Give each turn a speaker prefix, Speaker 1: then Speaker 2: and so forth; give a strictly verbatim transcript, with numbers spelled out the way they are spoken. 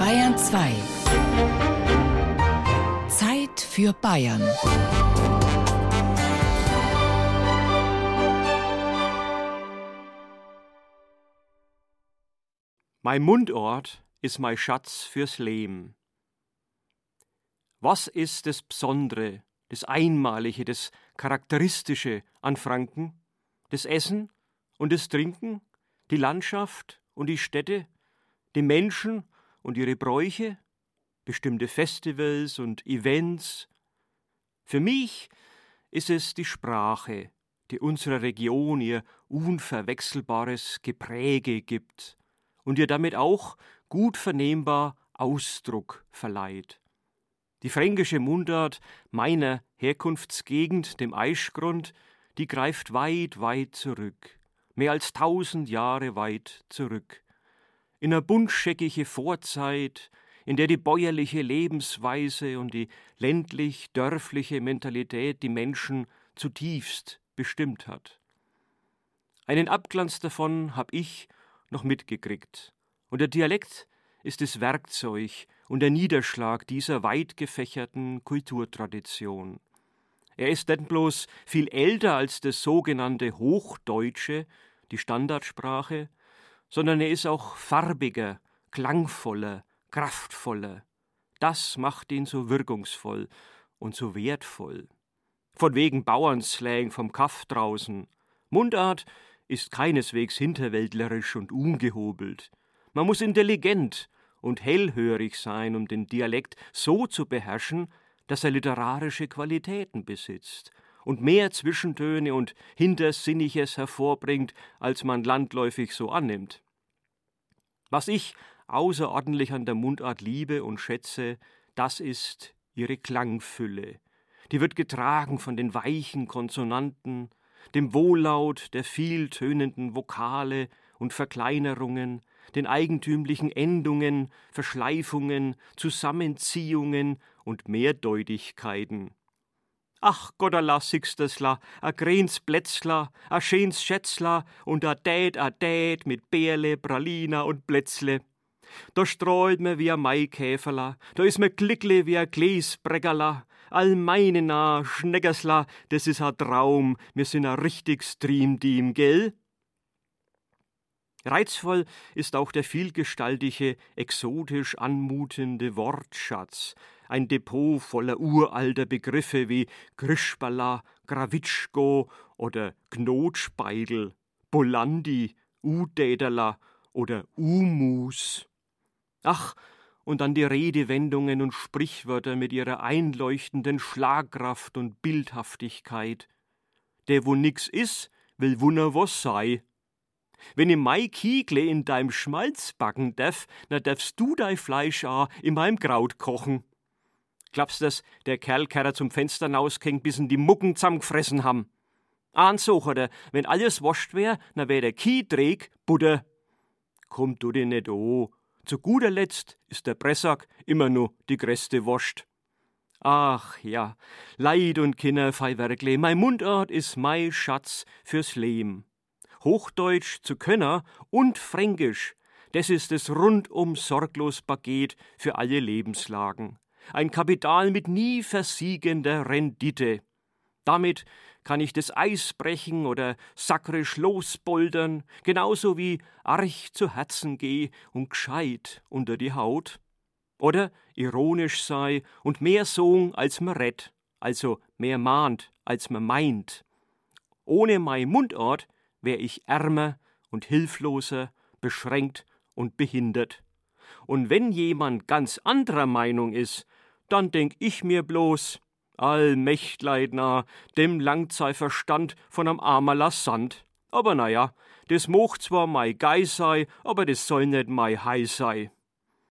Speaker 1: Bayern zwei. Zeit für Bayern.
Speaker 2: Mein Mundort ist mein Schatz fürs Leben. Was ist das Besondere, das Einmalige, das Charakteristische an Franken? Das Essen und das Trinken, die Landschaft und die Städte, die Menschen und ihre Bräuche, bestimmte Festivals und Events. Für mich ist es die Sprache, die unserer Region ihr unverwechselbares Gepräge gibt und ihr damit auch gut vernehmbar Ausdruck verleiht. Die fränkische Mundart meiner Herkunftsgegend, dem Aischgrund, die greift weit, weit zurück, mehr als tausend Jahre weit zurück. In eine buntscheckige Vorzeit, in der die bäuerliche Lebensweise und die ländlich-dörfliche Mentalität die Menschen zutiefst bestimmt hat. Einen Abglanz davon hab ich noch mitgekriegt. Und der Dialekt ist das Werkzeug und der Niederschlag dieser weit gefächerten Kulturtradition. Er ist nicht bloß viel älter als das sogenannte Hochdeutsche, die Standardsprache, sondern er ist auch farbiger, klangvoller, kraftvoller. Das macht ihn so wirkungsvoll und so wertvoll. Von wegen Bauernslang vom Kaff draußen. Mundart ist keineswegs hinterwäldlerisch und ungehobelt. Man muss intelligent und hellhörig sein, um den Dialekt so zu beherrschen, dass er literarische Qualitäten besitzt und mehr Zwischentöne und Hintersinniges hervorbringt, als man landläufig so annimmt. Was ich außerordentlich an der Mundart liebe und schätze, das ist ihre Klangfülle. Die wird getragen von den weichen Konsonanten, dem Wohllaut der vieltönenden Vokale und Verkleinerungen, den eigentümlichen Endungen, Verschleifungen, Zusammenziehungen und Mehrdeutigkeiten. Ach Gotterla Sixtersla, a grens Plätzla, a schens Schätzla und a Dät a Dät mit Bärle, Pralina und Plätzle. Da streut mir wie a Maikäferla, da is mir Glickle wie a Gläsbreckerla, all meine na Schneckersla, das is a Traum, wir sind a richtig Streamteam, gell? Reizvoll ist auch der vielgestaltige, exotisch anmutende Wortschatz, ein Depot voller uralter Begriffe wie Grischbala, Grawitschko oder Knotspeidel, Bolandi, Udäderla oder Umus. Ach, und dann die Redewendungen und Sprichwörter mit ihrer einleuchtenden Schlagkraft und Bildhaftigkeit. Der, wo nix is, will wunner was sei. Wenn ich mei Kiegle in deinem Schmalz backen darf, na darfst du dein Fleisch auch in meinem Kraut kochen. Glaubst das, der Kerl kerrer zum Fenster nauskennt, bis ihn die Mucken zusammengefressen haben? Ahn so, oder, wenn alles wascht wär, na wär der Kie träg, Butter. Komm du dir nicht an. Zu guter Letzt ist der Pressack immer nur die größte Wurst. Ach ja, Leid und Kinder, Feiwerkle, mein Mundart ist mein Schatz fürs Leben. Hochdeutsch zu können und Fränkisch, das ist das rundum sorglos Paket für alle Lebenslagen. Ein Kapital mit nie versiegender Rendite. Damit kann ich das Eis brechen oder sakrisch losboldern, genauso wie arch zu Herzen geh und gescheit unter die Haut. Oder ironisch sei und mehr song, als man rett, also mehr mahnt, als man meint. Ohne mein Mundart wär ich ärmer und hilfloser, beschränkt und behindert. Und wenn jemand ganz anderer Meinung ist, dann denk ich mir bloß, Allmächtleidner, dem langt sei Verstand von am armerler Sand. Aber naja, des mocht zwar mei Gei sei, aber des soll nicht mei Hei sei.